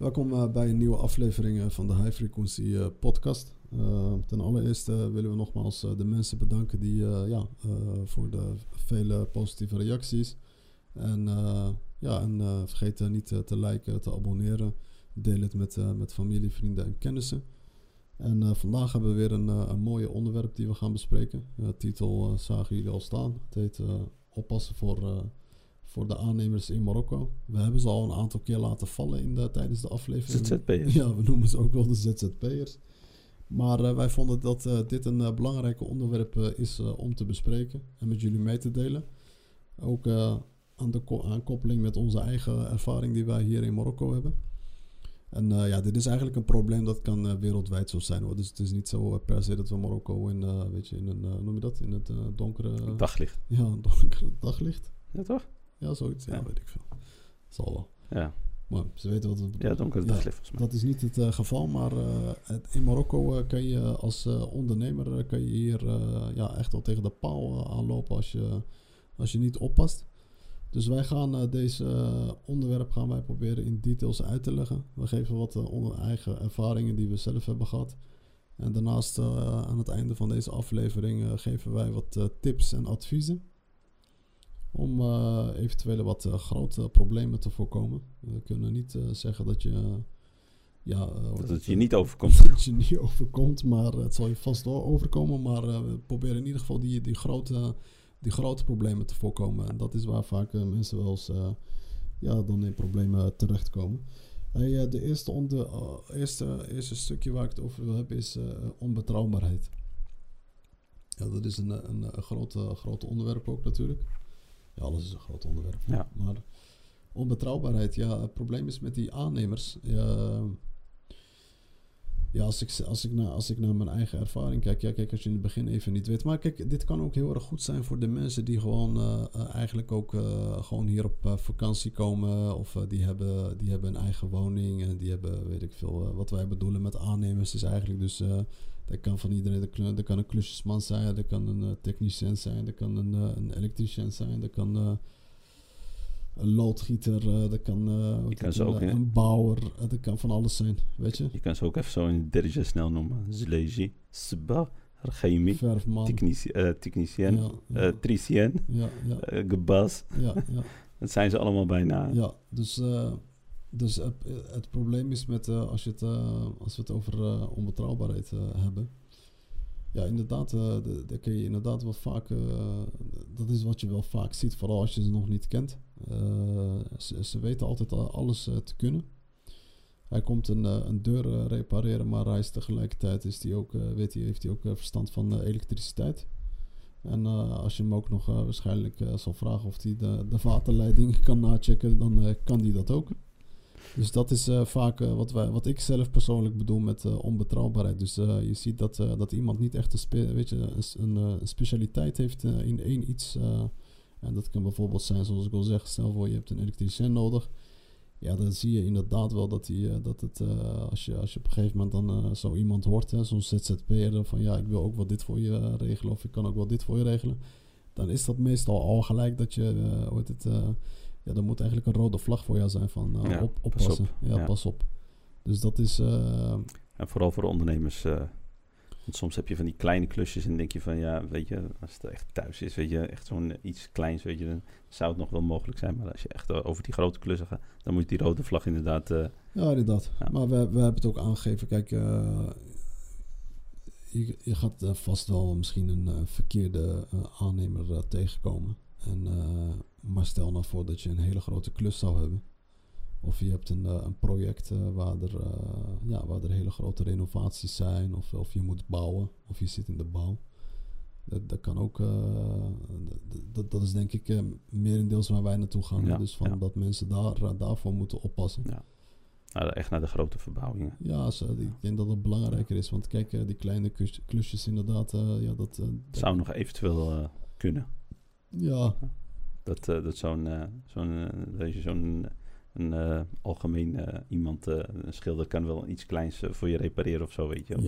Welkom bij een nieuwe aflevering van de High Frequency podcast. Ten allereerste willen we nogmaals de mensen bedanken die voor de vele positieve reacties. En vergeet niet te liken, te abonneren. Deel het met familie, vrienden en kennissen. En vandaag hebben we weer een mooie onderwerp die we gaan bespreken. De titel zagen jullie al staan. Het heet oppassen voor de aannemers in Marokko. We hebben ze al een aantal keer laten vallen tijdens de aflevering. ZZP'ers. Ja, we noemen ze ook wel de ZZP'ers. Maar wij vonden dat dit een belangrijk onderwerp is om te bespreken en met jullie mee te delen. Ook aan koppeling met onze eigen ervaring die wij hier in Marokko hebben. En dit is eigenlijk een probleem dat kan wereldwijd zo zijn, hoor. Dus het is niet zo per se dat we Marokko in het donkere... Daglicht. Ja, een donkere daglicht. Ja, toch? Ja, zoiets. Ja, weet ik veel. Zal wel. Ja. Maar ze weten wat het bedoelt. Ja, donkere daglicht volgens mij. Dat is niet het geval, maar in Marokko kan je als ondernemer kan je hier echt wel tegen de paal aanlopen als je niet oppast. Dus wij gaan deze onderwerp proberen in details uit te leggen. We geven wat eigen ervaringen die we zelf hebben gehad. En daarnaast aan het einde van deze aflevering geven wij wat tips en adviezen. Om eventuele wat grote problemen te voorkomen. We kunnen niet zeggen dat je... dat het je niet overkomt. Dat het je niet overkomt, maar het zal je vast wel overkomen. Maar we proberen in ieder geval die grote problemen te voorkomen. En dat is waar vaak mensen wel eens dan in problemen terechtkomen. De eerste stukje waar ik het over wil hebben is onbetrouwbaarheid. Ja, dat is een groot onderwerp ook natuurlijk. Ja, alles is een groot onderwerp. Ja. Maar onbetrouwbaarheid, het probleem is met die aannemers. Als ik naar mijn eigen ervaring kijk, als je in het begin even niet weet. Maar kijk, dit kan ook heel erg goed zijn voor de mensen die gewoon eigenlijk ook gewoon hier op vakantie komen. Of die hebben een eigen woning. En die hebben, weet ik veel, wat wij bedoelen met aannemers is eigenlijk dus... dat kan van iedereen, er kan een klusjesman zijn, er kan een technicien zijn, er kan een elektricien zijn, er kan een loodgieter, er kan een bouwer, er kan van alles zijn, weet je. Je kan ze ook even zo in derja snel noemen. Zleji, Sba, Archeimi, technicien, tricien, gebas. Ja. Dat zijn ze allemaal bijna. Ja, dus het probleem is met als we het over onbetrouwbaarheid hebben. Ja, inderdaad, daar kun je inderdaad wel vaak... dat is wat je wel vaak ziet, vooral als je ze nog niet kent. Ze weten altijd alles te kunnen. Hij komt een deur repareren, maar hij is tegelijkertijd heeft hij ook verstand van elektriciteit. En als je hem ook nog waarschijnlijk zal vragen of hij de waterleiding kan nachecken, dan kan hij dat ook. Dus dat is vaak wat ik zelf persoonlijk bedoel met onbetrouwbaarheid. Dus je ziet dat iemand niet echt een specialiteit heeft in één iets. En dat kan bijvoorbeeld zijn, zoals ik al zeg, stel voor je hebt een elektricien nodig. Ja, dan zie je inderdaad wel als je op een gegeven moment dan zo iemand hoort, zo'n ZZP'er, van ik wil ook wel dit voor je regelen of ik kan ook wel dit voor je regelen. Dan is dat meestal al gelijk dat je, er moet eigenlijk een rode vlag voor jou zijn van oppassen. Pas op. Dus dat is... En vooral voor de ondernemers. Want soms heb je van die kleine klusjes en denk je van weet je, als het echt thuis is, weet je, echt zo'n iets kleins, weet je, dan zou het nog wel mogelijk zijn. Maar als je echt over die grote klussen gaat, dan moet je die rode vlag inderdaad... Ja, inderdaad. Ja. Maar we hebben het ook aangegeven. Kijk, je gaat vast wel misschien een verkeerde aannemer tegenkomen. Maar stel nou voor dat je een hele grote klus zou hebben. Of je hebt een project waar er hele grote renovaties zijn. Of je moet bouwen. Of je zit in de bouw. Dat kan ook... dat is denk ik merendeels waar wij naartoe gaan. Ja, dus dat mensen daarvoor moeten oppassen. Ja. Echt naar de grote verbouwingen. Ja, ik denk dat het belangrijker is. Want kijk, die kleine klusjes inderdaad... dat zou nog eventueel kunnen. Ja. Dat zo'n algemeen iemand, een schilder kan wel iets kleins voor je repareren of zo, weet je.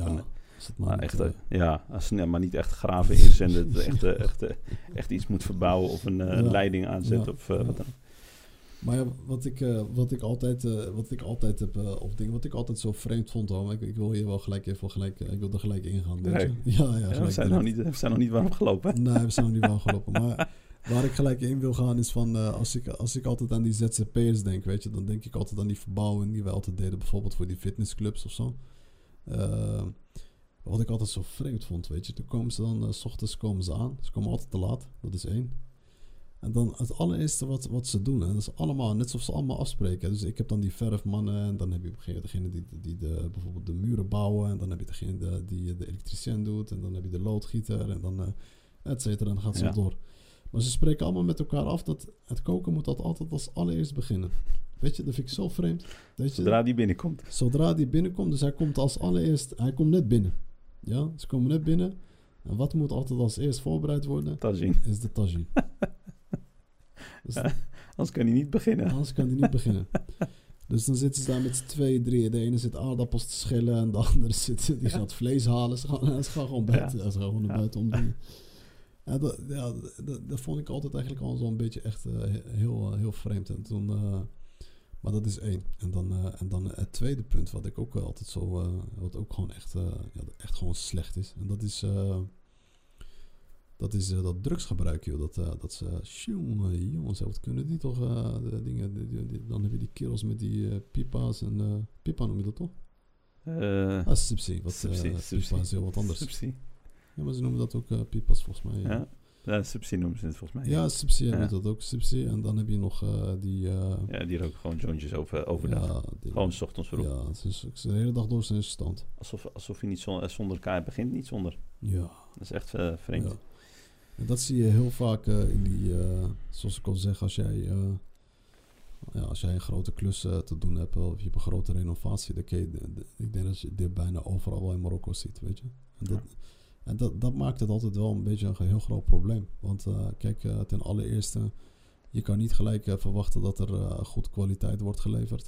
Maar niet echt graven is en het echt iets moet verbouwen of een leiding aanzetten of wat dan. Maar ja, wat ik altijd heb, of dingen wat ik altijd zo vreemd vond, hoor. Ik wil hier wel gelijk even ik wil er gelijk ingaan. Weet je? We zijn nog niet warm gelopen. Nee, we zijn nog niet warm gelopen. Maar waar ik gelijk in wil gaan is van, als ik altijd aan die ZZP'ers denk, weet je, dan denk ik altijd aan die verbouwing die wij altijd deden, bijvoorbeeld voor die fitnessclubs of zo. Wat ik altijd zo vreemd vond, weet je, toen komen ze dan, 's ochtends komen ze aan, ze komen altijd te laat, dat is 1. En dan het allereerste wat ze doen, en dat is allemaal, net zoals ze allemaal afspreken. Dus ik heb dan die verfmannen en dan heb je degene die bijvoorbeeld de muren bouwen. En dan heb je degene die de elektricien doet. En dan heb je de loodgieter en dan et cetera. En dan gaat ze door. Maar ze spreken allemaal met elkaar af dat het koken moet altijd als allereerst beginnen. Weet je, dat vind ik zo vreemd. Zodra die binnenkomt. Zodra die binnenkomt, dus hij komt als allereerst, hij komt net binnen. Ja, ze komen net binnen. En wat moet altijd als eerst voorbereid worden? Tagine. Is de tagine. Dus anders kan hij niet beginnen. Dus dan zitten ze daar met z'n 2, 3. De ene zit aardappels te schillen en de andere die gaat vlees halen. Ze gaan gewoon buiten. Ze gaan gewoon naar buiten om dingen. En dat vond ik altijd eigenlijk al zo'n beetje echt heel vreemd. En toen, maar dat is 1. En dan het tweede punt wat ik ook altijd zo, wat ook gewoon echt gewoon slecht is. En dat is dat drugsgebruik, joh. Dat ze, jongens, wat kunnen die toch, de dingen, dan heb je die kerels met die pipa's en, pipa noem je dat toch? Subsie. Pipa is heel wat anders. Subsie. Ja, maar ze noemen dat ook pipa's volgens mij. Ja, subsie noemen ze het volgens mij. Ja, subsie hebben dat ook, subsie. En dan heb je nog die... ja, die roken gewoon jointjes overdag. Ja, gewoon 's ochtends vroeg. Ja, de hele dag door zijn stand. Alsof je niet zonder elkaar begint, niet zonder. Ja. Dat is echt vreemd. Ja. En dat zie je heel vaak in die, zoals ik al zeg, als jij een grote klus te doen hebt, of je hebt een grote renovatie, dan ik denk dat je dit bijna overal wel in Marokko ziet, weet je. En dat maakt het altijd wel een beetje een heel groot probleem. Want kijk, ten allereerste, je kan niet gelijk verwachten dat er goed kwaliteit wordt geleverd.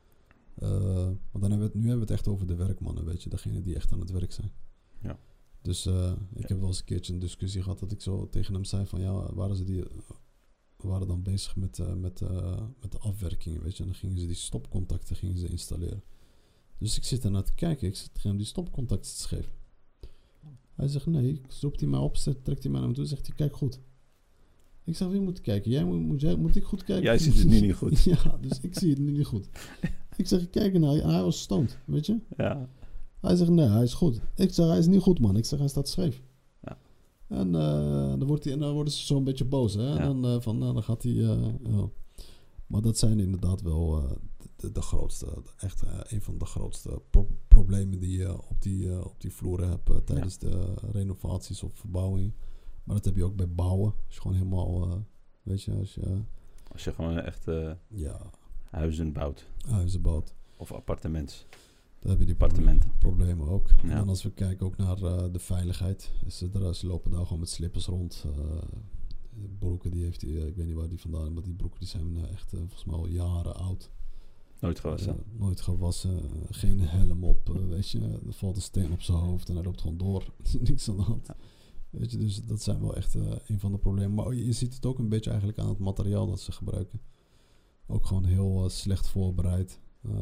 Want nu hebben we het echt over de werkmannen, weet je, degene die echt aan het werk zijn. Ja. Dus ik heb wel eens een keertje een discussie gehad dat ik zo tegen hem zei van ja, we waren dan bezig met de afwerkingen, weet je. En dan gingen ze die stopcontacten installeren. Dus ik zit ernaar te kijken, ik zit tegen hem die stopcontacten te geven. Hij zegt nee, roept hij mij op, trekt hij mij naar me toe, zegt hij kijk goed. Ik zeg wie moet kijken? Moet ik goed kijken? Jij ziet het nu niet goed. Ja, dus ik zie het nu niet goed. Ik zeg kijk naar en hij was stoned, weet je. Ja. Hij zegt, nee, hij is goed. Ik zeg, hij is niet goed, man. Ik zeg, hij staat scheef. Ja. En dan worden ze zo een beetje boos, hè. Ja. En dan gaat hij... Maar dat zijn inderdaad wel de grootste... Echt een van de grootste problemen die je op die vloeren hebt... tijdens de renovaties of verbouwing. Maar dat heb je ook bij bouwen. Als je gewoon helemaal... weet je, als je gewoon echt huizen bouwt. Of appartementen. Dan heb je die problemen ook. Ja. En dan als we kijken ook naar de veiligheid. Ze lopen daar gewoon met slippers rond. Broeken, die heeft hij, ik weet niet waar die vandaan, maar die broeken die zijn echt volgens mij al jaren oud. Nooit gewassen. Geen helm op, weet je. Er valt een steen op zijn hoofd en hij loopt gewoon door. Er is niks aan de hand. Ja. Weet je, dus dat zijn wel echt een van de problemen. Maar je ziet het ook een beetje eigenlijk aan het materiaal dat ze gebruiken. Ook gewoon heel slecht voorbereid.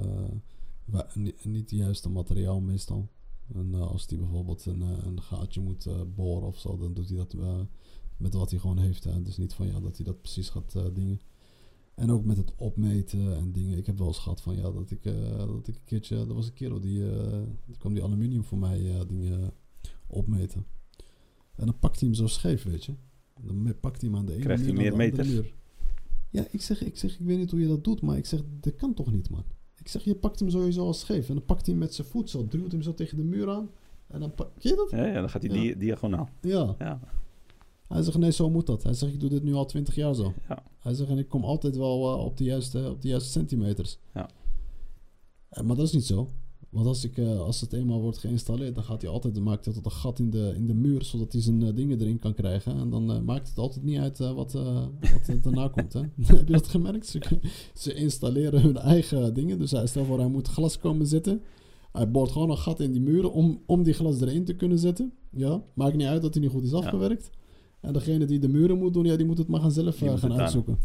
Niet het juiste materiaal meestal. En als hij bijvoorbeeld een gaatje moet boren of zo, dan doet hij dat met wat hij gewoon heeft. Dus niet van dat hij dat precies gaat dingen. En ook met het opmeten en dingen. Ik heb wel eens gehad van dat ik een keertje... Er was een kerel die kwam die aluminium voor mij dingen opmeten. En dan pakt hij hem zo scheef, weet je. Dan pakt hij hem aan de ene muur. Krijgt hij meer meters? Ja, ik zeg, ik weet niet hoe je dat doet, maar ik zeg, dat kan toch niet, man. Ik zeg, je pakt hem sowieso al scheef. En dan pakt hij hem met zijn voet zo, duwt hem zo tegen de muur aan. En dan ken je dat? Ja, dan gaat hij diagonaal. Ja. Hij zegt, nee, zo moet dat. Hij zegt, ik doe dit nu al 20 jaar zo. Ja. Hij zegt, en ik kom altijd wel op de juiste centimeters. Ja. Maar dat is niet zo. Want als het eenmaal wordt geïnstalleerd, dan maakt hij tot een gat in de muur, zodat hij zijn dingen erin kan krijgen. En dan maakt het altijd niet uit wat daarna komt. Hè? Heb je dat gemerkt? Ze installeren hun eigen dingen. Dus stel voor, hij moet glas komen zetten. Hij boort gewoon een gat in die muren om die glas erin te kunnen zetten. Ja, maakt niet uit dat hij niet goed is afgewerkt. En degene die de muren moet doen, die moet het maar zelf gaan uitzoeken. Ja.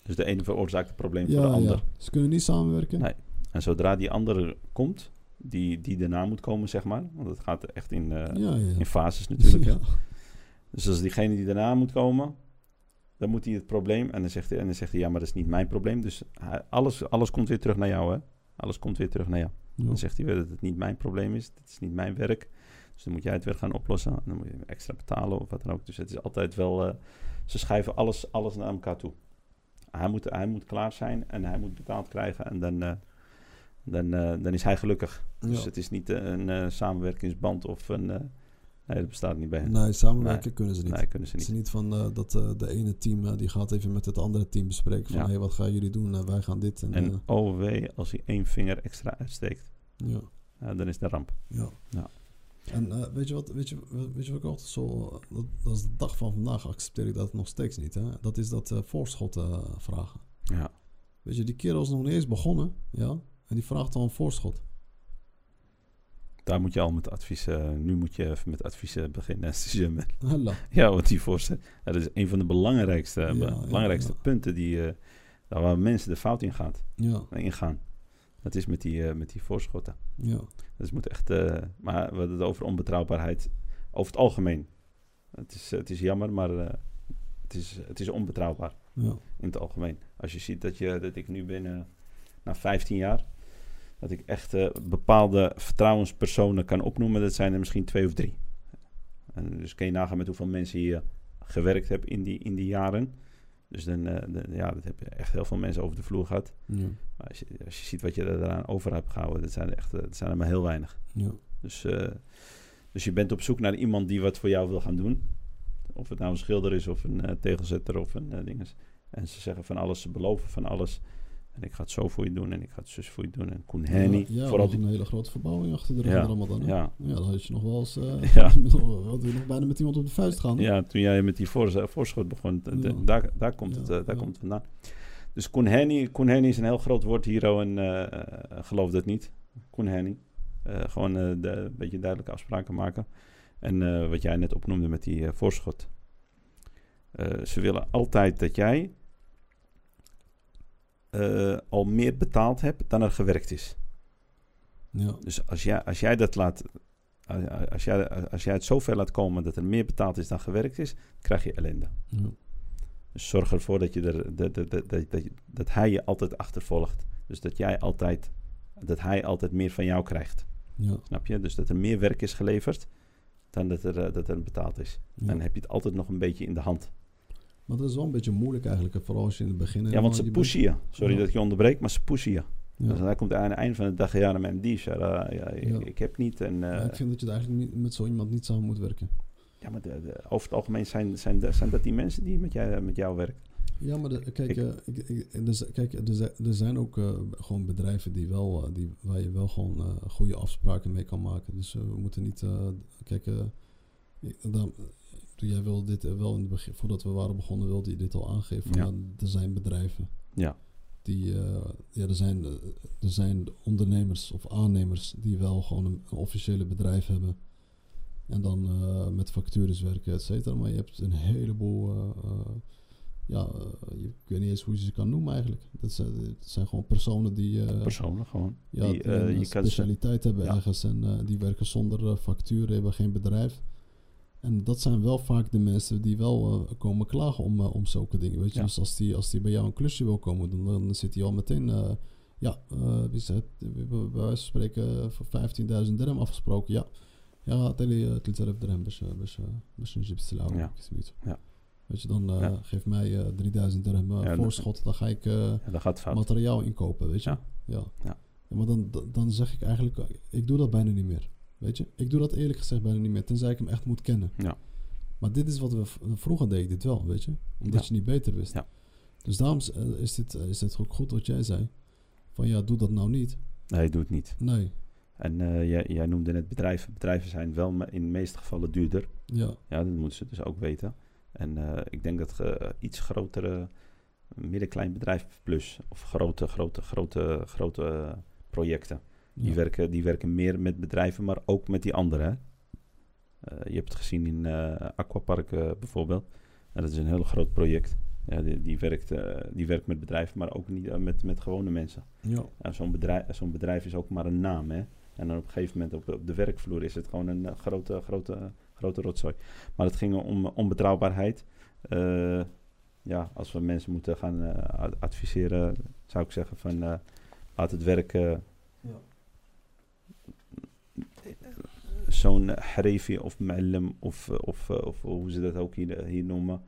Dus de ene veroorzaakt het probleem voor de ander. Ja. Ze kunnen niet samenwerken. Nee. En zodra die andere komt, die daarna moet komen, zeg maar. Want het gaat echt in fases natuurlijk. Ja. Hè? Dus als diegene die daarna moet komen, dan moet hij het probleem... En dan zegt hij, ja, maar dat is niet mijn probleem. Dus alles komt weer terug naar jou, hè. Alles komt weer terug naar jou. Ja. Dan zegt hij weer dat het niet mijn probleem is. Het is niet mijn werk. Dus dan moet jij het weer gaan oplossen. En dan moet je extra betalen of wat dan ook. Dus het is altijd wel... ze schuiven alles naar elkaar toe. Hij moet klaar zijn en hij moet betaald krijgen. En dan is hij gelukkig. Dus het is niet een samenwerkingsband of een... nee, dat bestaat niet bij hen. Nee, samenwerken kunnen ze niet. Nee, kunnen ze niet. Het is niet van dat de ene team die gaat even met het andere team bespreken van hey, wat gaan jullie doen? Wij gaan dit. En oh wee, als hij 1 vinger extra uitsteekt. Ja. Dan is de ramp. Ja. En weet je wat ik altijd zo... Dat is de dag van vandaag, accepteer ik dat nog steeds niet. Hè? Dat is dat voorschot vragen. Ja. Weet je, die kerel is nog niet eens begonnen. Ja? En die vraagt al een voorschot. Daar moet je al met advies... nu moet je even met adviezen beginnen. Hella. Ja, want die voorzet... dat is een van de belangrijkste punten waar mensen de fout ingaan. Dat is met die voorschotten. Ja. Dus moet echt... maar we hadden het over onbetrouwbaarheid over het algemeen. Het is jammer, maar het is onbetrouwbaar. Ja. In het algemeen. Als je ziet dat ik nu binnen... na 15 jaar... dat ik echt bepaalde vertrouwenspersonen kan opnoemen. Dat zijn er misschien 2 of 3. En dus kun je nagaan met hoeveel mensen je gewerkt hebt in die jaren. Dus dat heb je echt heel veel mensen over de vloer gehad. Ja. Maar als je ziet wat je eraan over hebt gehouden, dat zijn er maar heel weinig. Ja. Dus je bent op zoek naar iemand die wat voor jou wil gaan doen. Of het nou een schilder is of een tegelzetter of een dinges. En ze zeggen van alles, ze beloven van alles. En ik ga het zo voor je doen en ik ga het zus voor je doen. En Koen Henny. Ja, vooral een hele grote verbouwing achter de rug allemaal dan. Ja. Dan had je nog wel eens... had je nog bijna met iemand op de vuist gaan. Ja, toen jij met die voorschot begon. Daar komt het vandaan. Dus Koen Henny is een heel groot woord hier. En geloof dat niet. Koen Henny. Gewoon een beetje duidelijke afspraken maken. En wat jij net opnoemde met die voorschot. Ze willen altijd dat jij... al meer betaald hebt dan er gewerkt is. Ja. Dus als jij dat laat... Als jij het zover laat komen dat er meer betaald is dan gewerkt is, krijg je ellende. Ja. Dus zorg ervoor dat hij je altijd achtervolgt. Dus dat hij altijd meer van jou krijgt. Ja. Snap je? Dus dat er meer werk is geleverd dan dat er betaald is. Ja. Dan heb je het altijd nog een beetje in de hand. Maar dat is wel een beetje moeilijk eigenlijk, vooral als je in het begin... Ja, want ze pushen je. Sorry dat ik je onderbreek, maar ze pushen je. Ja. Dus hij komt aan het eind van de dag, met mijn dief. Ik heb niet. En, ik vind dat je eigenlijk met zo iemand niet samen moet werken. Ja, maar over het algemeen zijn dat die mensen die met jou werken. Ja, maar er zijn ook gewoon bedrijven waar je wel gewoon goede afspraken mee kan maken. Dus we moeten niet... jij wilde dit wel in het begin, voordat we waren begonnen, wilde je dit al aangeven. Ja. Er zijn bedrijven. Ja. Er zijn ondernemers of aannemers die wel gewoon een officiële bedrijf hebben. En dan met factures werken, et cetera. Maar je hebt een heleboel... ik weet niet eens hoe je ze kan noemen eigenlijk. Het zijn gewoon personen die... personen gewoon. Ja, die een specialiteit hebben ergens. En die werken zonder facturen, hebben geen bedrijf. En dat zijn wel vaak de mensen die wel komen klagen om zulke dingen. Weet je? Ja. Dus als die bij jou een klusje wil komen doen, dan zit hij al meteen... wie zei het? We hebben bij wijze van spreken voor 15.000 dirham afgesproken. Ja, tele 30 dirham باش نجيب السلعة. Ja. Weet je, dan geef mij 3000 dirham voorschot. Dan ga ik materiaal inkopen, weet je. Ja. Maar dan zeg ik eigenlijk, ik doe dat bijna niet meer. Weet je, ik doe dat eerlijk gezegd bijna niet meer, tenzij ik hem echt moet kennen. Ja. Maar dit is wat we vroeger deed ik dit wel, weet je. Omdat je niet beter wist. Ja. Dus daarom is dit ook goed wat jij zei. Van doe dat nou niet. Nee, doe het niet. Nee. En jij noemde net bedrijven. Bedrijven zijn wel in de meeste gevallen duurder. Ja. Ja, dat moeten ze dus ook weten. En ik denk dat iets grotere, middenklein bedrijf plus, of grote projecten. Die werken meer met bedrijven, maar ook met die anderen. Je hebt het gezien in Aquapark bijvoorbeeld. En dat is een heel groot project. Ja, die werkt met bedrijven, maar ook niet met gewone mensen. Ja. En zo'n bedrijf is ook maar een naam, hè. En dan op een gegeven moment op de werkvloer is het gewoon een grote rotzooi. Maar het ging om betrouwbaarheid. Als we mensen moeten gaan adviseren, zou ik zeggen van laat het werk... zo'n harifi of ma'alem of hoe ze dat ook hier noemen.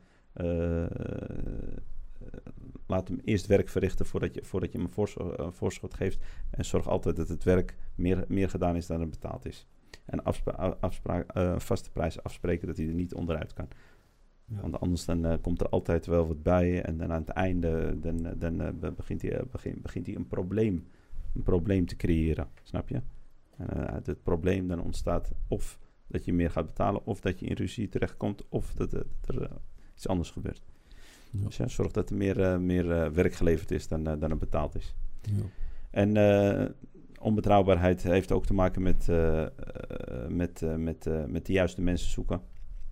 Laat hem eerst werk verrichten voordat je hem een voorschot geeft. En zorg altijd dat het werk meer gedaan is dan het betaald is. En vaste prijs afspreken dat hij er niet onderuit kan. Ja. Want anders dan komt er altijd wel wat bij. En dan aan het einde begint hij een probleem te creëren. Snap je? En uit het probleem dan ontstaat of dat je meer gaat betalen, of dat je in ruzie terechtkomt, of dat er iets anders gebeurt. Ja. Dus ja, zorg dat er meer werk geleverd is dan er betaald is. Ja. En onbetrouwbaarheid heeft ook te maken met de juiste mensen zoeken.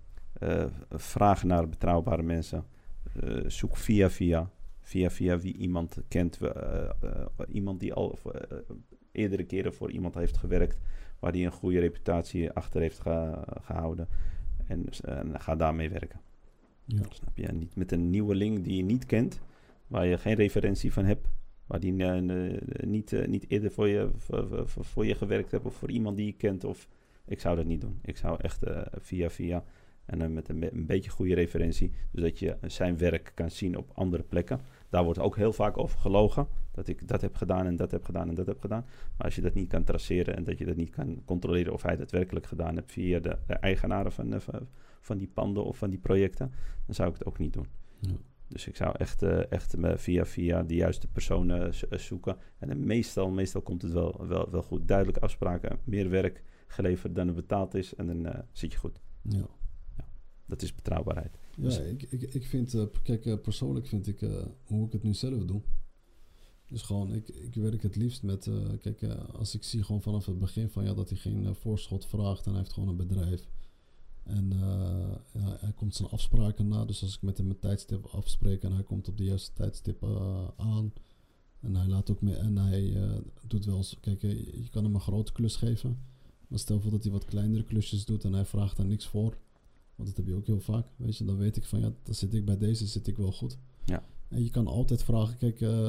Vraag naar betrouwbare mensen. Zoek via wie iemand kent. Iemand die al eerdere keren voor iemand heeft gewerkt, waar die een goede reputatie achter heeft gehouden. En ga daarmee werken. Ja. Snap je? En niet met een nieuweling die je niet kent, waar je geen referentie van hebt, waar die niet eerder voor je gewerkt hebt of voor iemand die je kent. Of ik zou dat niet doen. Ik zou echt via en met een beetje goede referentie, dus dat je zijn werk kan zien op andere plekken. Daar wordt ook heel vaak over gelogen, dat ik dat heb gedaan en dat heb gedaan en dat heb gedaan. Maar als je dat niet kan traceren en dat je dat niet kan controleren of hij het daadwerkelijk gedaan hebt via de eigenaren van die panden of van die projecten, dan zou ik het ook niet doen. Ja. Dus ik zou echt via de juiste personen zoeken. En dan meestal komt het wel goed. Duidelijke afspraken, meer werk geleverd dan er betaald is en dan zit je goed. Ja. Dat is betrouwbaarheid. Ja, Dus, ik vind, persoonlijk vind ik hoe ik het nu zelf doe. Dus gewoon, ik werk het liefst met, als ik zie gewoon vanaf het begin van dat hij geen voorschot vraagt en hij heeft gewoon een bedrijf. En hij komt zijn afspraken na, dus als ik met hem een tijdstip afspreek en hij komt op de juiste tijdstip aan. En hij laat ook mee, en hij doet wel eens, je kan hem een grote klus geven. Maar stel voor dat hij wat kleinere klusjes doet en hij vraagt daar niks voor. Want dat heb je ook heel vaak, weet je. Dan weet ik van, dan zit ik bij deze, zit ik wel goed. Ja. En je kan altijd vragen,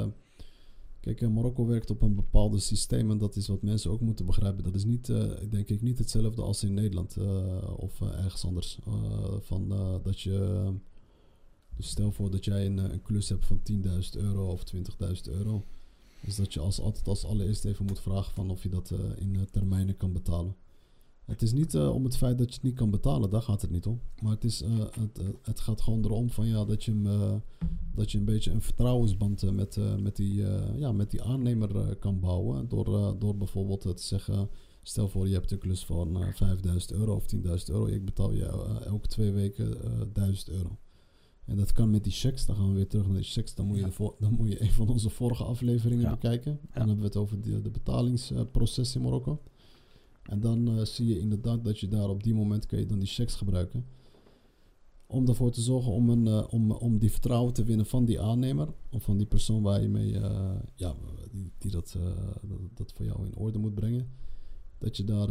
Marokko werkt op een bepaald systeem en dat is wat mensen ook moeten begrijpen. Dat is niet, denk ik, niet hetzelfde als in Nederland of ergens anders. Dat je, dus stel voor dat jij een klus hebt van €10.000 of €20.000. Dus dat je als allereerst even moet vragen van of je dat in termijnen kan betalen. Het is niet om het feit dat je het niet kan betalen, daar gaat het niet om. Maar het gaat gewoon erom van, dat je een beetje een vertrouwensband met die aannemer kan bouwen. Door bijvoorbeeld te zeggen, stel voor je hebt een klus van €5.000 of €10.000. Ik betaal je elke 2 weken €1.000. En dat kan met die checks. Dan gaan we weer terug naar die checks. Dan moet je een van onze vorige afleveringen bekijken. Ja. Dan hebben we het over de betalingsproces in Marokko. En dan zie je inderdaad dat je daar op die moment kun je dan die checks gebruiken. Om ervoor te zorgen om die vertrouwen te winnen van die aannemer. Of van die persoon waar je mee, die dat voor jou in orde moet brengen. Dat je daar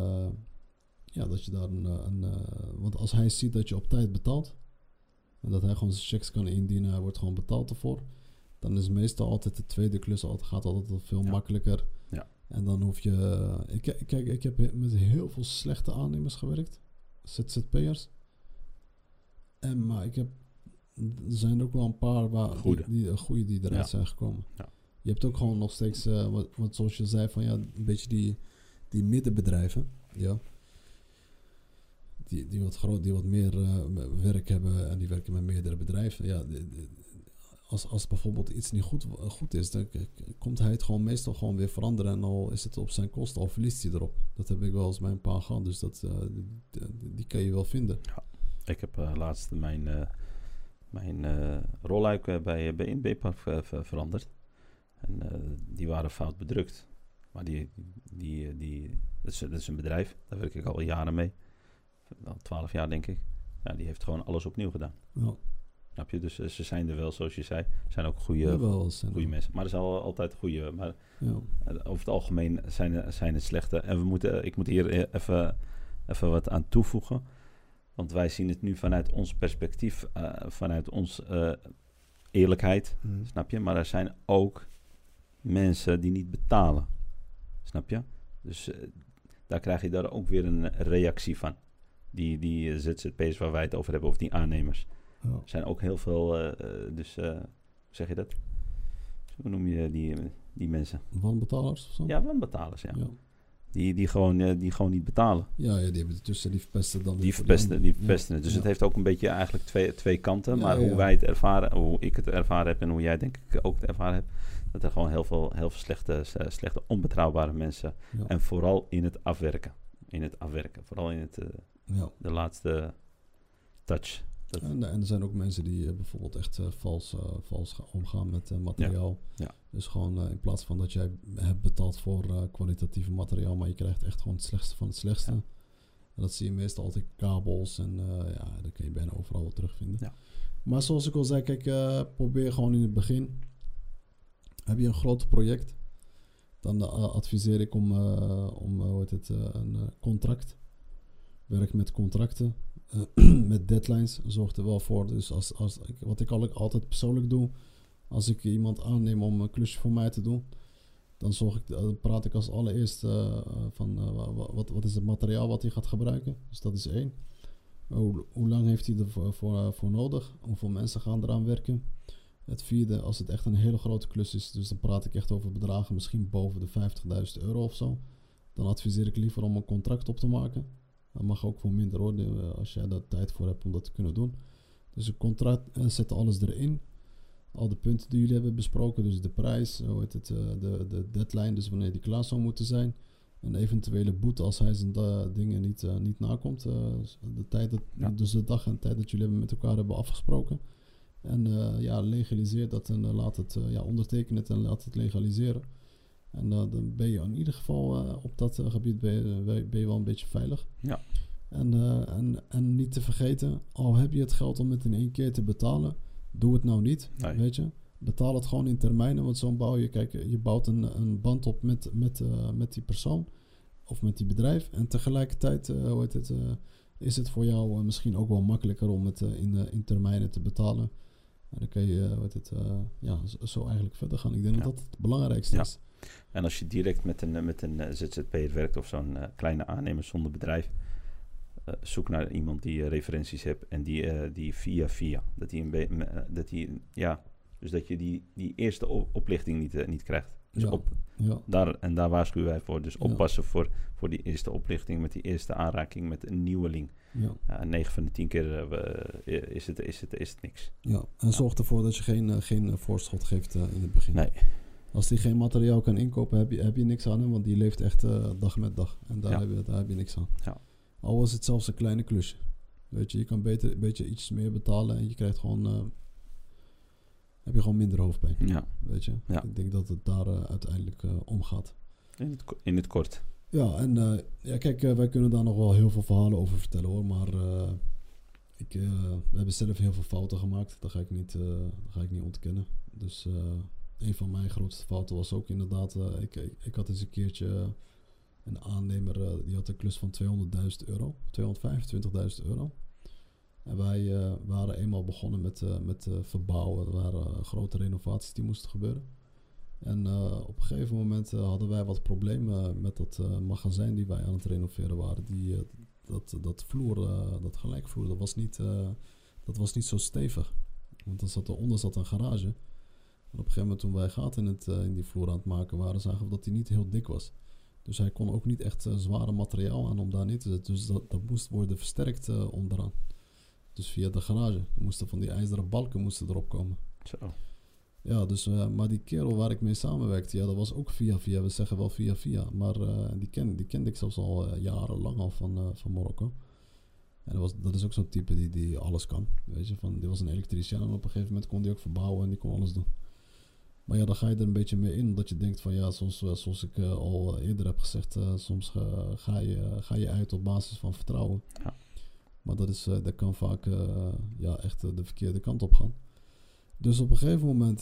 want als hij ziet dat je op tijd betaalt. En dat hij gewoon zijn checks kan indienen. Hij wordt gewoon betaald ervoor. Dan is meestal altijd de tweede klus gaat altijd veel makkelijker. Ja. En dan hoef je... Ik heb met heel veel slechte aannemers gewerkt. ZZP'ers. Maar er zijn ook wel een paar goede die eruit zijn gekomen. Ja. Je hebt ook gewoon nog steeds, wat zoals je zei, van een beetje die middenbedrijven. Ja. Die wat meer werk hebben en die werken met meerdere bedrijven. Ja, als bijvoorbeeld iets niet goed is, dan komt hij het gewoon meestal gewoon weer veranderen. En al is het op zijn kosten, al verliest hij erop. Dat heb ik wel eens mijn pa gehad, dus die kan je wel vinden. Ja, ik heb laatst mijn rolluik bij INB-park veranderd. En die waren fout bedrukt. Maar dat is een bedrijf, daar werk ik al jaren mee. Al 12 jaar denk ik. Ja, die heeft gewoon alles opnieuw gedaan. Ja. Snap je? Dus ze zijn er wel, zoals je zei. Zijn ook goede mensen. Maar er zijn altijd goede. Maar over het algemeen zijn het slechte. En ik moet hier even wat aan toevoegen. Want wij zien het nu vanuit ons perspectief. Vanuit ons eerlijkheid. Snap je? Maar er zijn ook mensen die niet betalen. Snap je? Dus daar krijg je daar ook weer een reactie van. Die ZZP'ers waar wij het over hebben, of die aannemers. Er zijn ook heel veel, hoe zeg je dat? Hoe noem je die mensen? Wanbetalers of zo? Ja, wanbetalers, ja. Die gewoon niet betalen. Ja, die hebben ertussen, die verpesten dan. Die verpesten het. Dus het heeft ook een beetje eigenlijk twee kanten. Maar hoe wij het ervaren, hoe ik het ervaren heb en hoe jij denk ik ook het ervaren hebt, dat er gewoon heel veel slechte onbetrouwbare mensen. Ja. En vooral in het afwerken. Vooral in de laatste touch. En er zijn ook mensen die bijvoorbeeld echt vals gaan omgaan met materiaal. Ja. Dus gewoon in plaats van dat jij hebt betaald voor kwalitatieve materiaal, maar je krijgt echt gewoon het slechtste van het slechtste. Ja. En dat zie je meestal altijd kabels en dat kun je bijna overal wel terugvinden. Ja. Maar zoals ik al zei, kijk, probeer gewoon in het begin. Heb je een groot project, dan adviseer ik om een contract. Werk met contracten. Met deadlines zorgt er wel voor. Dus wat ik altijd persoonlijk doe, als ik iemand aanneem om een klusje voor mij te doen, dan praat ik als allereerst van wat is het materiaal wat hij gaat gebruiken. Dus dat is 1. Hoe lang heeft hij ervoor nodig? Hoeveel mensen gaan eraan werken? Het 4e, als het echt een hele grote klus is, dus dan praat ik echt over bedragen misschien boven de €50.000 of zo. Dan adviseer ik liever om een contract op te maken. Dat mag ook voor minder hoor, als jij daar tijd voor hebt om dat te kunnen doen. Dus een contract en zet alles erin. Al de punten die jullie hebben besproken, dus de prijs, de deadline, dus wanneer die klaar zou moeten zijn. Een eventuele boete als hij zijn dingen niet nakomt. Dus de dag en tijd dat jullie met elkaar hebben afgesproken. En legaliseer dat en laat het, onderteken het en laat het legaliseren. En dan ben je in ieder geval op dat gebied ben je wel een beetje veilig. Ja. En niet te vergeten, al heb je het geld om het in 1 keer te betalen, doe het nou niet, weet je. Betaal het gewoon in termijnen, want zo bouw je, kijk, je bouwt een band op met die persoon of met die bedrijf. En tegelijkertijd is het voor jou misschien ook wel makkelijker om het in termijnen te betalen. En dan kun je zo eigenlijk verder gaan. Ik denk dat dat het belangrijkste is. En als je direct met een ZZP'er werkt of zo'n kleine aannemer zonder bedrijf, zoek naar iemand die referenties hebt en die via dat je die eerste oplichting niet krijgt. Dus daar waarschuwen wij voor. Dus oppassen voor die eerste oplichting met die eerste aanraking met een nieuweling. Ja. 9 van de 10 keer is het niks. Ja, en zorg ervoor dat je geen voorschot geeft in het begin. Nee. Als die geen materiaal kan inkopen, heb je niks aan hem, want die leeft echt dag met dag. En daar heb je niks aan. Ja. Al was het zelfs een kleine klusje. Weet je kan beter een beetje iets meer betalen en je krijgt gewoon heb je gewoon minder hoofdpijn. Ja. Weet je? Ja. Ik denk dat het daar uiteindelijk om gaat. In het kort. Ja, en kijk, wij kunnen daar nog wel heel veel verhalen over vertellen hoor, maar we hebben zelf heel veel fouten gemaakt. Dat ga ik niet ontkennen. Dus een van mijn grootste fouten was ook inderdaad, ik had eens een keertje een aannemer, die had een klus van €200.000, €225.000. En wij waren eenmaal begonnen met verbouwen. Er waren grote renovaties die moesten gebeuren. En op een gegeven moment hadden wij wat problemen met dat magazijn die wij aan het renoveren waren. Dat gelijkvloer, dat was niet zo stevig. Want eronder zat een garage. En op een gegeven moment toen wij gaten in die vloer aan het maken waren, zagen we dat die niet heel dik was. Dus hij kon ook niet echt zware materiaal aan om daar neer te zetten. Dus dat moest worden versterkt onderaan. Dus via de garage. Er moesten van die ijzeren balken erop komen. Zo. Ja, dus, maar die kerel waar ik mee samenwerkte, dat was ook via. We zeggen wel via. Maar die kende ik zelfs al jarenlang al van Marokko. En dat is ook zo'n type die alles kan. Weet je, die was een elektricien en op een gegeven moment kon die ook verbouwen en die kon alles doen. Maar ja, dan ga je er een beetje mee in, dat je denkt van ja, zoals ik al eerder heb gezegd, soms ga je uit op basis van vertrouwen. Ja. Maar dat kan vaak echt de verkeerde kant op gaan. Dus op een gegeven moment...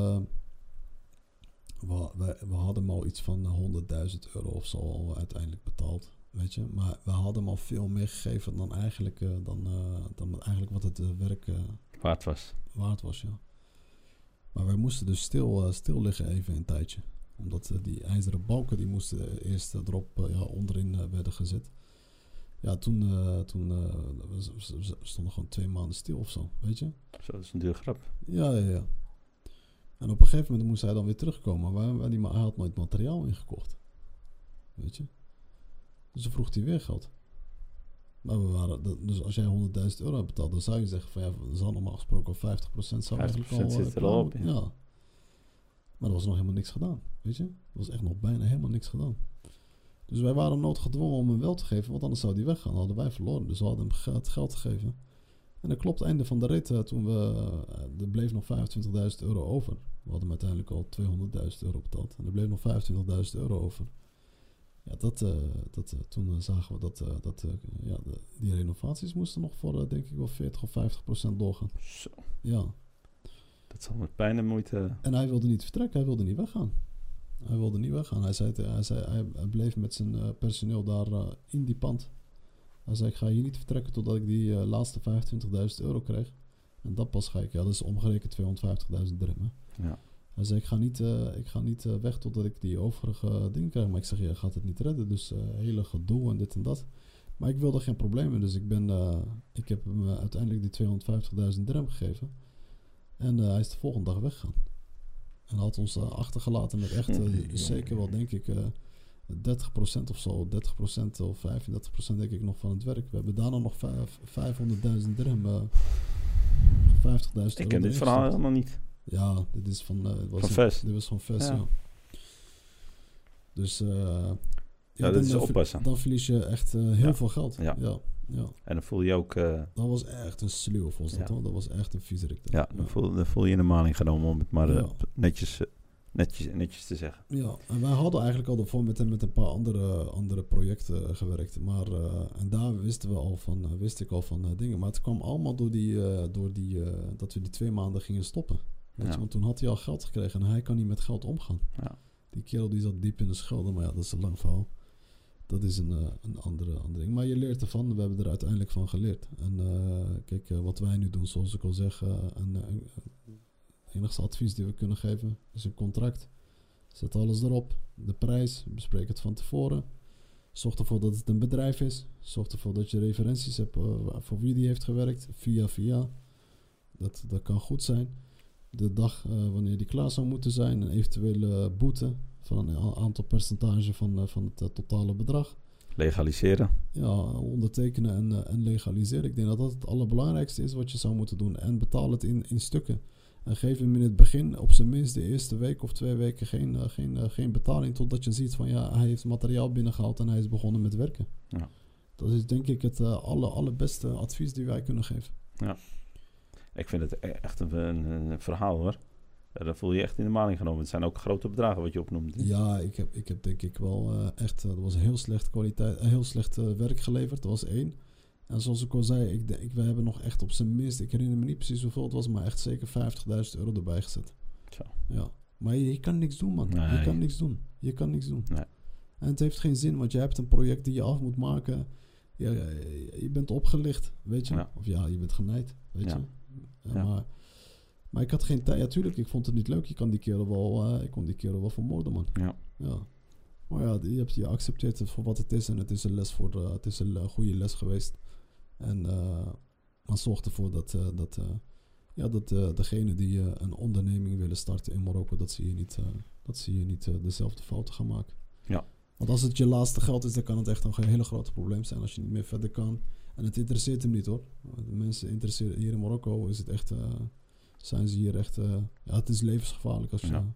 we hadden hem al iets van €100.000 of zo al uiteindelijk betaald. Weet je? Maar we hadden hem al veel meer gegeven dan eigenlijk, wat het werk waard was. Ja. Maar wij moesten dus stil liggen even een tijdje. Omdat die ijzeren balken die moesten eerst erop onderin werden gezet. Ja, toen we stonden gewoon 2 maanden stil of zo, weet je. Zo, dat is een duur grap. Ja. En op een gegeven moment moest hij dan weer terugkomen. Maar hij had nooit materiaal ingekocht. Weet je. Dus dan vroeg hij weer geld. Maar dus als jij €100.000 hebt betaald, dan zou je zeggen van ja, dat zal normaal gesproken al 50% zou eigenlijk al zit er al op. Ja. Maar er was nog helemaal niks gedaan. Weet je. Er was echt nog bijna helemaal niks gedaan. Dus wij waren noodgedwongen om hem wel te geven, want anders zou hij weggaan. Dan hadden wij verloren. Dus we hadden hem geld gegeven. En dat klopt, einde van de rit, er bleef nog €25.000 over. We hadden uiteindelijk al €200.000 betaald. En er bleef nog €25.000 over. Ja, toen zagen we dat die renovaties moesten nog voor, denk ik wel 40 of 50% doorgaan. Zo. Ja. Dat zal met pijn en moeite... En hij wilde niet vertrekken, hij wilde niet weggaan. Hij bleef met zijn personeel daar in die pand. Hij zei, ik ga hier niet vertrekken totdat ik die laatste €25.000 krijg. En dat pas ga ik, dat is omgerekend €250.000. Ja. Hij zei, ik ga niet weg totdat ik die overige dingen krijg. Maar ik zeg, je gaat het niet redden. Dus hele gedoe en dit en dat. Maar ik wilde geen problemen. Dus ik heb hem uiteindelijk die €250.000 gegeven. En hij is de volgende dag weggegaan. En had ons achtergelaten met echt zeker wel, denk ik, 30% of zo. 30% of 35% denk ik nog van het werk. We hebben daarna nog €500.000, €50.000. Ik ken dit verhaal helemaal niet. Ja, dit is van Vest. Dit was van Vest, ja. Dus dat is oppassen. Dan verlies je echt heel veel geld. Ja. Ja. En dan voel je ook... dat was echt een sluw, volgens dat hoor. Dat was echt een viezerik. Ja, dan voel je in de maling genomen, om het maar netjes te zeggen. Ja, en wij hadden eigenlijk al daarvoor met een paar andere projecten gewerkt. Maar en daar wist ik al van dingen. Maar het kwam allemaal door dat we die 2 maanden gingen stoppen. Weet je? Want toen had hij al geld gekregen en hij kan niet met geld omgaan. Ja. Die kerel die zat diep in de schulden, maar ja, dat is een lang verhaal. Dat is een andere ding. Maar je leert ervan. We hebben er uiteindelijk van geleerd. En kijk, wat wij nu doen, zoals ik al zeg, het enigste advies die we kunnen geven is een contract. Zet alles erop. De prijs, bespreek het van tevoren. Zorg ervoor dat het een bedrijf is. Zorg ervoor dat je referenties hebt voor wie die heeft gewerkt. Via. Dat kan goed zijn. De dag wanneer die klaar zou moeten zijn. Een eventuele boete van een aantal percentage van het totale bedrag. Legaliseren. Ja, ondertekenen en legaliseren. Ik denk dat dat het allerbelangrijkste is wat je zou moeten doen. En betaal het in stukken. En geef hem in het begin op zijn minst de eerste week of 2 weken geen betaling. Totdat je ziet van ja, hij heeft materiaal binnengehaald en hij is begonnen met werken. Ja. Dat is denk ik het allerbeste advies die wij kunnen geven. Ja. Ik vind het echt een verhaal hoor. Dan voel je echt in de maling genomen. Het zijn ook grote bedragen wat je opnoemt. Ja, ik heb denk ik wel echt... Er was heel slecht kwaliteit, heel slecht werk geleverd. Dat was 1. En zoals ik al zei, we hebben nog echt op zijn minst... Ik herinner me niet precies hoeveel het was, maar echt zeker €50.000 erbij gezet. Zo. Ja. Maar je kan niks doen, man. Nee. Je kan niks doen. Nee. En het heeft geen zin, want je hebt een project die je af moet maken. Ja, je bent opgelicht, weet je. Ja. Of ja, je bent genaaid, weet je. Maar ik had geen tijd. Ja, tuurlijk, ik vond het niet leuk. Ik kon die kerel wel vermoorden, man. Ja. Maar ja, je accepteert het voor wat het is. En het is een les het is een goede les geweest. En maar zorg ervoor dat degene die een onderneming willen starten in Marokko, dat ze hier niet dezelfde fouten gaan maken. Ja. Want als het je laatste geld is, dan kan het echt een hele grote probleem zijn als je niet meer verder kan. En het interesseert hem niet hoor. De mensen interesseren hier in Marokko is het echt... zijn ze hier echt... het is levensgevaarlijk als je... Ja.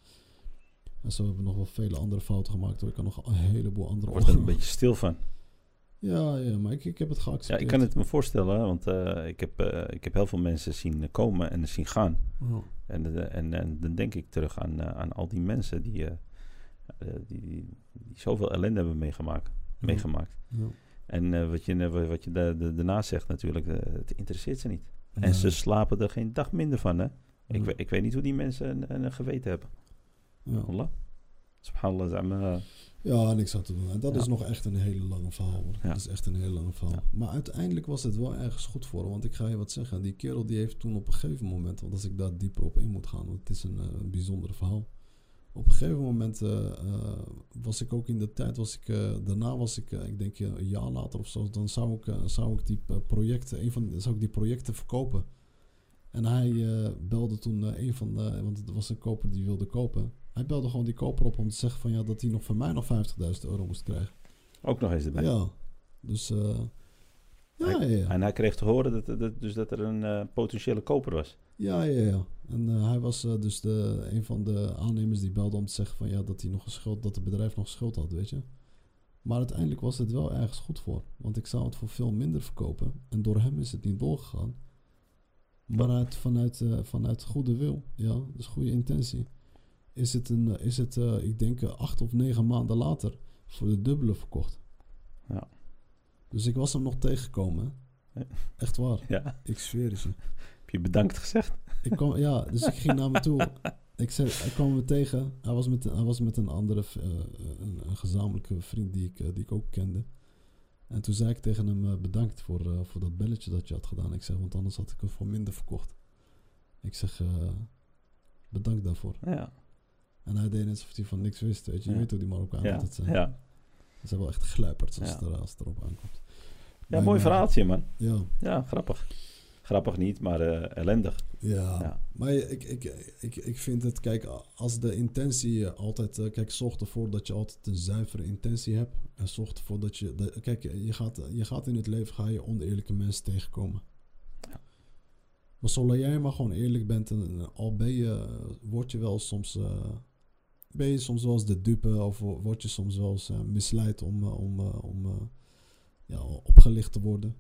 En zo hebben we nog wel vele andere fouten gemaakt. Ik kan nog een heleboel andere... Wordt er een beetje stil van. Ja, maar ik heb het geaccepteerd. Ja, ik kan het me voorstellen, want ik heb heel veel mensen zien komen en zien gaan. Oh. En dan denk ik terug aan al die mensen die zoveel ellende hebben meegemaakt. Ja. En wat je daarna zegt natuurlijk, het interesseert ze niet. Ja. En ze slapen er geen dag minder van, hè. Ik weet niet hoe die mensen een geweten hebben. Ja. Allah. Subhanallah, za'ma. Ja, niks aan te doen. En dat is nog echt een hele lange verhaal, hoor. Ja. Dat is echt een hele lange verhaal. Ja. Maar uiteindelijk was het wel ergens goed voor hem. Want ik ga je wat zeggen. Die kerel die heeft toen op een gegeven moment... Want als ik daar dieper op in moet gaan... Want het is een bijzonder verhaal. Op een gegeven moment was ik ook in de tijd... daarna was ik, ik denk een jaar later of zo... Dan zou ik die projecten verkopen. En hij belde toen want het was een koper die wilde kopen. Hij belde gewoon die koper op om te zeggen van dat hij nog van mij nog €50.000 moest krijgen. Ook nog eens erbij. Ja, dus ja. En hij kreeg te horen dat er een potentiële koper was. Ja. En hij was dus een van de aannemers die belde om te zeggen van dat hij nog dat het bedrijf nog schuld had, weet je. Maar uiteindelijk was het wel ergens goed voor. Want ik zou het voor veel minder verkopen. En door hem is het niet doorgegaan. Maar vanuit goede wil, dus goede intentie, is het ik denk 8 of 9 maanden later voor de dubbele verkocht. Ja. Dus ik was hem nog tegengekomen. Ja. Echt waar. Ja. Ik zweer het je. Heb je bedankt gezegd? Dus ik ging naar me toe. Hij kwam me tegen. Hij was met een andere, een gezamenlijke vriend die ik ook kende. En toen zei ik tegen hem bedankt voor dat belletje dat je had gedaan. Ik zeg, want anders had ik het voor minder verkocht. Ik zeg, bedankt daarvoor. Ja. En hij deed net alsof hij van niks wist. Weet je, je weet hoe die Marokkanen altijd zijn. Ja. Ze zijn wel echt gluiperds als het erop aankomt. Ja, mooi verhaaltje, man. Ja. Ja, grappig. Grappig niet, maar ellendig. Ja. Maar ik vind het, kijk, als de intentie altijd... kijk, zorg ervoor dat je altijd een zuivere intentie hebt. En zorg ervoor dat je... kijk, je gaat in het leven, ga je oneerlijke mensen tegenkomen. Ja. Maar zolang jij maar gewoon eerlijk bent, en al word je wel soms... ben je soms wel eens de dupe, of word je soms wel eens misleid om opgelicht te worden.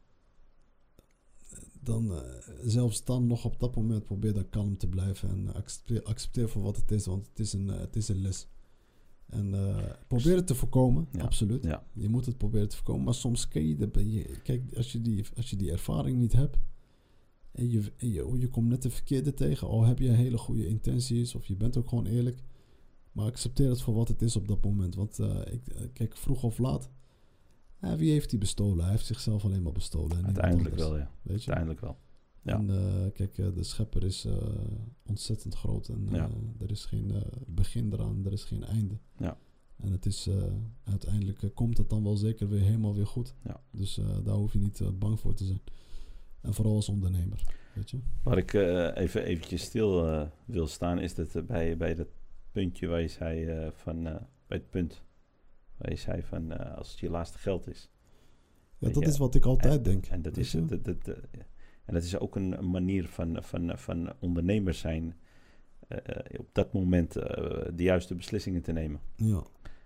Dan, zelfs dan nog op dat moment, probeer dan kalm te blijven en accepteer voor wat het is, want het is een les. En probeer het te voorkomen, absoluut. Ja. Je moet het proberen te voorkomen, maar soms kun je kijk, als je die ervaring niet hebt en je komt net de verkeerde tegen, al heb je hele goede intenties of je bent ook gewoon eerlijk, maar accepteer het voor wat het is op dat moment. Want kijk, vroeg of laat, wie heeft hij bestolen? Hij heeft zichzelf alleen maar bestolen. En uiteindelijk wel, ja. Weet je? Uiteindelijk wel. Ja. En kijk, de schepper is ontzettend groot. En er is geen begin eraan, er is geen einde. Ja. En het is uiteindelijk komt het dan wel zeker weer helemaal weer goed. Ja. Dus daar hoef je niet bang voor te zijn. En vooral als ondernemer, weet je. Waar ik eventjes stil wil staan, is dat bij dat puntje waar je zei bij het punt waar je zei van als het je laatste geld is. Ja, dat is wat ik altijd denk. En dat is en dat is ook een manier van ondernemer zijn op dat moment de juiste beslissingen te nemen. Ja.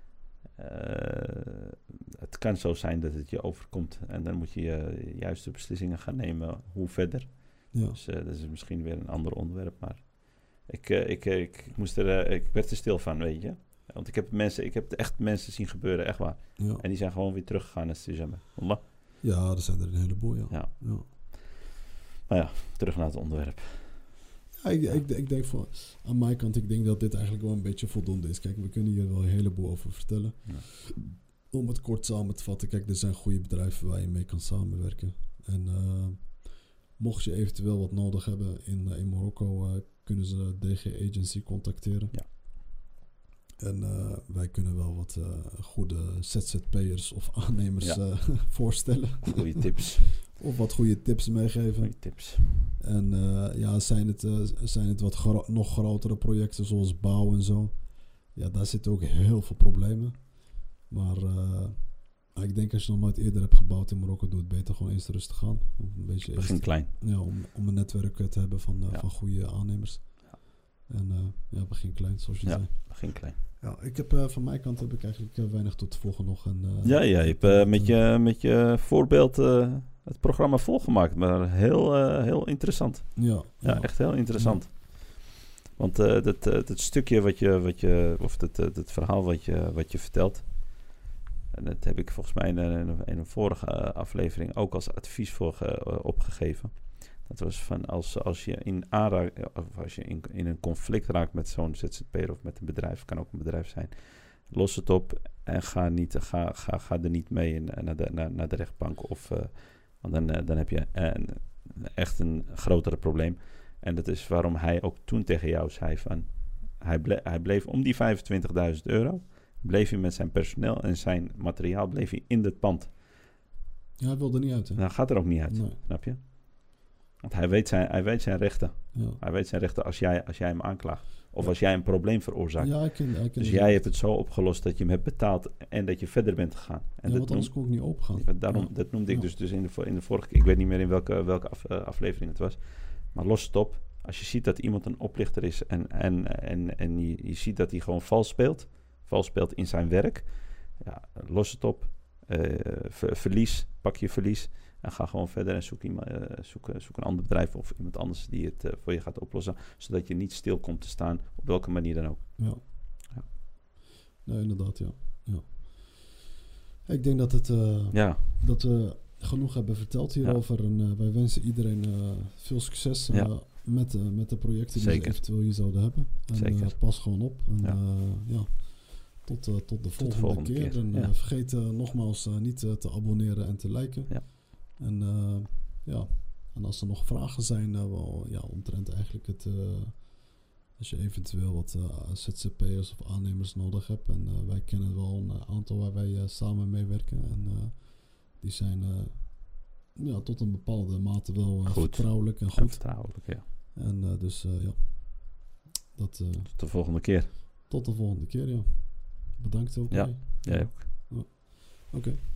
Het kan zo zijn dat het je overkomt en dan moet je juiste beslissingen gaan nemen. Hoe verder? Ja. Dus dat is misschien weer een ander onderwerp, maar ik werd er stil van, weet je. Want ik heb echt mensen zien gebeuren, echt waar. Ja. En die zijn gewoon weer teruggegaan naar Stizame. Allah. Ja, er zijn er een heleboel, ja. Maar ja, terug naar het onderwerp. Ja, ik denk aan mijn kant, ik denk dat dit eigenlijk wel een beetje voldoende is. Kijk, we kunnen hier wel een heleboel over vertellen. Ja. Om het kort samen te vatten, kijk, er zijn goede bedrijven waar je mee kan samenwerken. En mocht je eventueel wat nodig hebben in Marokko, kunnen ze DG Agency contacteren. Ja. En wij kunnen wel wat goede ZZP'ers of aannemers voorstellen. Goede tips. Of wat goede tips meegeven. Goede tips. En zijn het wat nog grotere projecten zoals bouw en zo. Ja, daar zitten ook heel veel problemen. Maar ik denk als je nog nooit eerder hebt gebouwd in Marokko, doe het beter gewoon eerst rustig aan. Begin klein. Ja, om een netwerk te hebben van goede aannemers. Ja. En begin klein, zoals je zei. Begin klein. Ja, ik heb van mijn kant heb ik eigenlijk weinig toe te voegen nog. En, je hebt met je voorbeeld het programma volgemaakt, maar heel interessant. Ja, echt heel interessant. Ja. Want dat stukje wat je of dat verhaal wat je vertelt, En dat heb ik volgens mij in een vorige aflevering ook als advies voor opgegeven. Dat was van als je in een conflict raakt met zo'n ZZP'er of met een bedrijf, kan ook een bedrijf zijn, los het op en ga er niet mee naar de rechtbank. Want dan heb je echt een grotere probleem. En dat is waarom hij ook toen tegen jou zei van, hij bleef om die €25.000, bleef hij met zijn personeel en zijn materiaal bleef hij in het pand. Ja, hij wilde niet uit, hè? Dan gaat er ook niet uit, Nee. snap je? Want hij weet zijn rechten. Ja. Hij weet zijn rechten als jij hem aanklaagt. Of als jij een probleem veroorzaakt. Ja, ik ken Dus jij hebt het zo opgelost dat je hem hebt betaald en dat je verder bent gegaan. En want anders kon ik niet opengaan. Dat noemde ik dus in de vorige keer. Ik weet niet meer in welke aflevering het was. Maar los het op. Als je ziet dat iemand een oplichter is en je ziet dat hij gewoon vals speelt in zijn werk. Ja, los het op. Pak je verlies. En ga gewoon verder en zoek een ander bedrijf of iemand anders die het voor je gaat oplossen. Zodat je niet stil komt te staan, op welke manier dan ook. Ja. Ja. Nee, inderdaad, ja. Ik denk dat dat we genoeg hebben verteld hierover. Ja. En wij wensen iedereen veel succes met de projecten die we eventueel hier zouden hebben. En pas gewoon op. En tot de volgende keer. En vergeet nogmaals niet te abonneren en te liken. Ja. En als er nog vragen zijn, omtrent eigenlijk als je eventueel wat ZZP'ers of aannemers nodig hebt. En wij kennen wel een aantal waar wij samen mee werken. En die zijn tot een bepaalde mate wel vertrouwelijk en goed. En vertrouwelijk, ja. En tot de volgende keer. Tot de volgende keer, ja. Bedankt ook. Ja, jij ook. Oké.